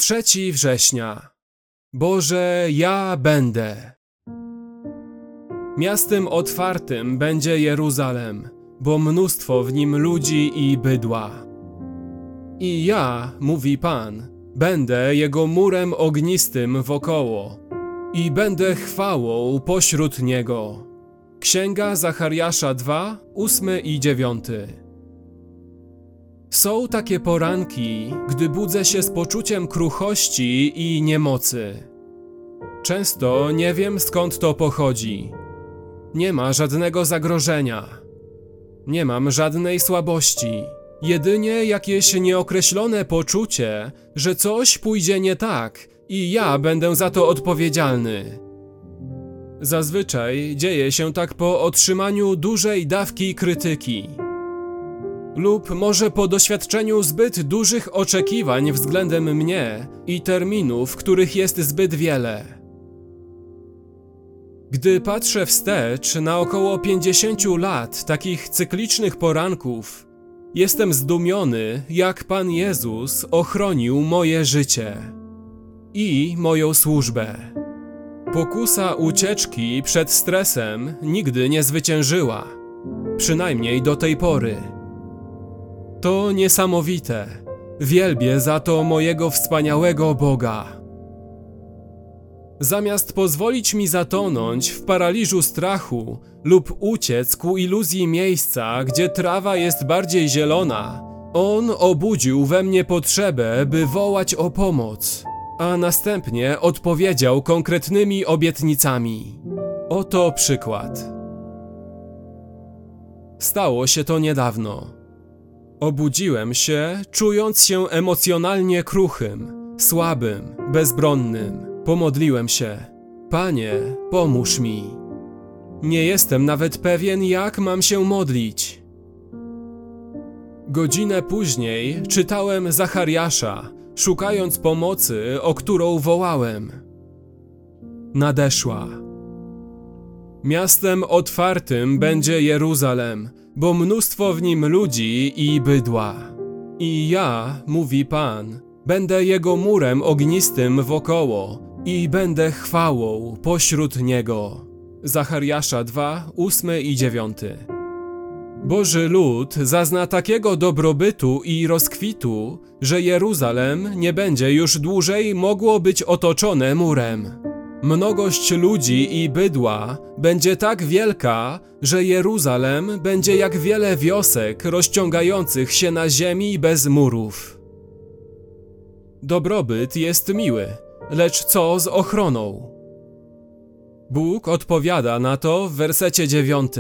3 września. Boże, ja będę. Miastem otwartym będzie Jeruzalem, bo mnóstwo w nim ludzi i bydła. I ja, mówi Pan, będę jego murem ognistym wokoło i będę chwałą pośród niego. Księga Zachariasza 2, 8 i 9. Są takie poranki, gdy budzę się z poczuciem kruchości i niemocy. Często nie wiem, skąd to pochodzi. Nie ma żadnego zagrożenia. Nie mam żadnej słabości. Jedynie jakieś nieokreślone poczucie, że coś pójdzie nie tak i ja będę za to odpowiedzialny. Zazwyczaj dzieje się tak po otrzymaniu dużej dawki krytyki. Lub może po doświadczeniu zbyt dużych oczekiwań względem mnie i terminów, których jest zbyt wiele. Gdy patrzę wstecz na około 50 lat takich cyklicznych poranków, jestem zdumiony, jak Pan Jezus ochronił moje życie i moją służbę. Pokusa ucieczki przed stresem nigdy nie zwyciężyła, przynajmniej do tej pory. To niesamowite. Wielbię za to mojego wspaniałego Boga. Zamiast pozwolić mi zatonąć w paraliżu strachu lub uciec ku iluzji miejsca, gdzie trawa jest bardziej zielona, On obudził we mnie potrzebę, by wołać o pomoc, a następnie odpowiedział konkretnymi obietnicami. Oto przykład. Stało się to niedawno. Obudziłem się, czując się emocjonalnie kruchym, słabym, bezbronnym. Pomodliłem się. Panie, pomóż mi. Nie jestem nawet pewien, jak mam się modlić. Godzinę później czytałem Zachariasza, szukając pomocy, o którą wołałem. Nadeszła. Miastem otwartym będzie Jeruzalem, bo mnóstwo w nim ludzi i bydła. I ja, mówi Pan, będę jego murem ognistym wokoło i będę chwałą pośród niego. Zachariasza 2, 8 i 9. Boży lud zazna takiego dobrobytu i rozkwitu, że Jeruzalem nie będzie już dłużej mogło być otoczone murem. Mnogość ludzi i bydła będzie tak wielka, że Jeruzalem będzie jak wiele wiosek rozciągających się na ziemi bez murów. Dobrobyt jest miły, lecz co z ochroną? Bóg odpowiada na to w wersecie 9.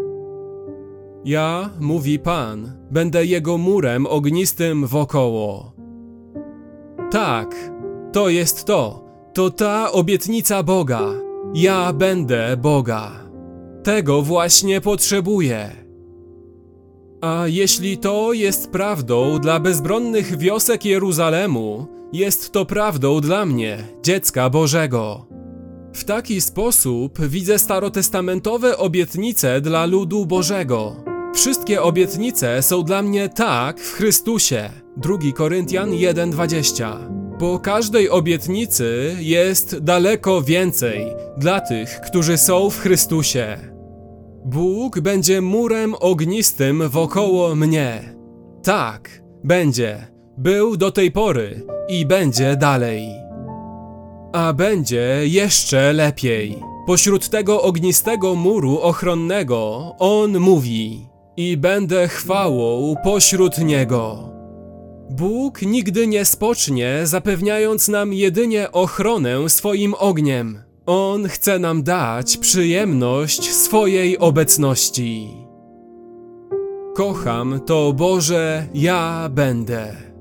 Ja, mówi Pan, będę jego murem ognistym wokoło. Tak, to jest to. To ta obietnica Boga. Ja będę Boga. Tego właśnie potrzebuję. A jeśli to jest prawdą dla bezbronnych wiosek Jeruzalemu, jest to prawdą dla mnie, dziecka Bożego. W taki sposób widzę starotestamentowe obietnice dla ludu Bożego. Wszystkie obietnice są dla mnie tak w Chrystusie. 2 Koryntian 1:20. Po każdej obietnicy jest daleko więcej dla tych, którzy są w Chrystusie. Bóg będzie murem ognistym wokoło mnie. Tak, będzie. Był do tej pory i będzie dalej. A będzie jeszcze lepiej. Pośród tego ognistego muru ochronnego On mówi: i będę chwałą pośród niego. Bóg nigdy nie spocznie, zapewniając nam jedynie ochronę swoim ogniem. On chce nam dać przyjemność swojej obecności. Kocham to, Boże, ja będę.